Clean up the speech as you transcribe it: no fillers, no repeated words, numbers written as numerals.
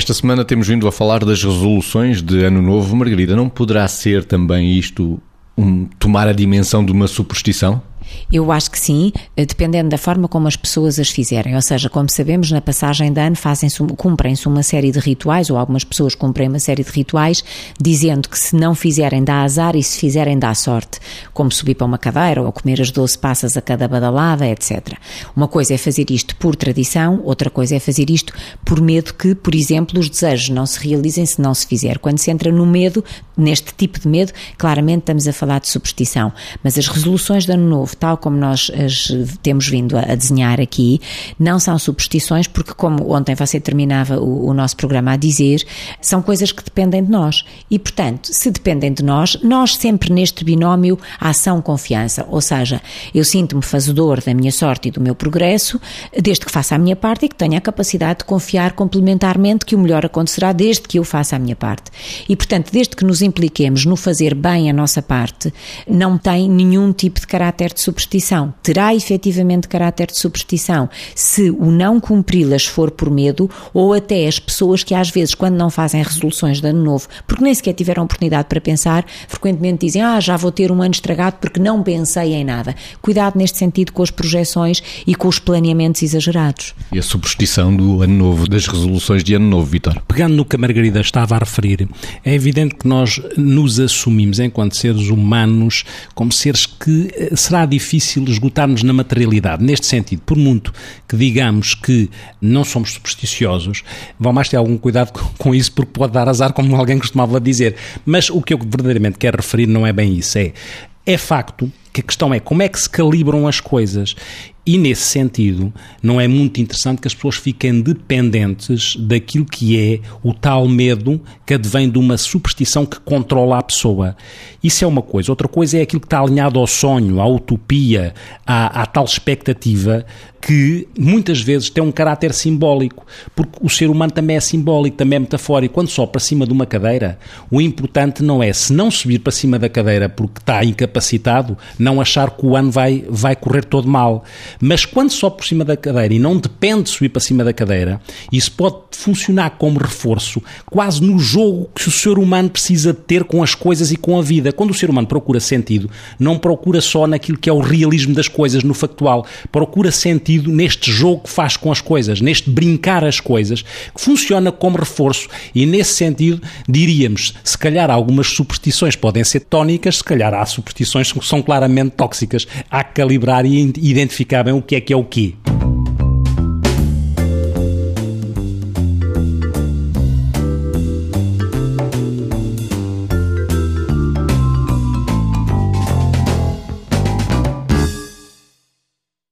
Esta semana temos vindo a falar das resoluções de Ano Novo. Margarida, não poderá ser também isto tomar a dimensão de uma superstição? Eu acho que sim, dependendo da forma como as pessoas as fizerem. Ou seja, como sabemos, na passagem de ano cumprem-se uma série de rituais, ou algumas pessoas cumprem uma série de rituais, dizendo que se não fizerem dá azar e se fizerem dá sorte, como subir para uma cadeira ou comer as 12 passas a cada badalada, etc. Uma coisa é fazer isto por tradição, outra coisa é fazer isto por medo que, por exemplo, os desejos não se realizem se não se fizer. Quando se entra no medo, neste tipo de medo, claramente estamos a falar de superstição. Mas as resoluções de Ano Novo, tal como nós as temos vindo a desenhar aqui, não são superstições porque, como ontem você terminava o nosso programa a dizer, são coisas que dependem de nós e, portanto, se dependem de nós sempre neste binómio ação-confiança, ou seja, eu sinto-me fazedor da minha sorte e do meu progresso desde que faça a minha parte e que tenha a capacidade de confiar complementarmente que o melhor acontecerá desde que eu faça a minha parte. E, portanto, desde que nos impliquemos no fazer bem a nossa parte, não tem nenhum tipo de caráter de superstição. Terá efetivamente caráter de superstição se o não cumpri-las for por medo, ou até as pessoas que às vezes, quando não fazem resoluções de Ano Novo, porque nem sequer tiveram oportunidade para pensar, frequentemente dizem, já vou ter um ano estragado porque não pensei em nada. Cuidado neste sentido com as projeções e com os planeamentos exagerados. E a superstição do Ano Novo, das resoluções de Ano Novo, Vítor? Pegando no que a Margarida estava a referir, é evidente que nós nos assumimos enquanto seres humanos como seres que será difícil esgotar-nos na materialidade. Neste sentido, por muito que digamos que não somos supersticiosos, vão mais ter algum cuidado com isso porque pode dar azar, como alguém costumava dizer. Mas o que eu verdadeiramente quero referir não é bem isso. É facto que a questão é como é que se calibram as coisas. E, nesse sentido, não é muito interessante que as pessoas fiquem dependentes daquilo que é o tal medo que advém de uma superstição que controla a pessoa. Isso é uma coisa. Outra coisa é aquilo que está alinhado ao sonho, à utopia, à tal expectativa que muitas vezes tem um caráter simbólico, porque o ser humano também é simbólico, também é metafórico. Quando sobe para cima de uma cadeira, o importante não é, se não subir para cima da cadeira porque está incapacitado, não achar que o ano vai correr todo mal. Mas quando sobe por cima da cadeira e não depende de subir para cima da cadeira, isso pode funcionar como reforço quase no jogo que o ser humano precisa ter com as coisas e com a vida. Quando o ser humano procura sentido, não procura só naquilo que é o realismo das coisas, no factual, procura sentido neste jogo que faz com as coisas, neste brincar as coisas, que funciona como reforço. E nesse sentido, diríamos, se calhar algumas superstições podem ser tónicas, se calhar há superstições que são claramente tóxicas. Há que calibrar e identificar bem o que é o quê.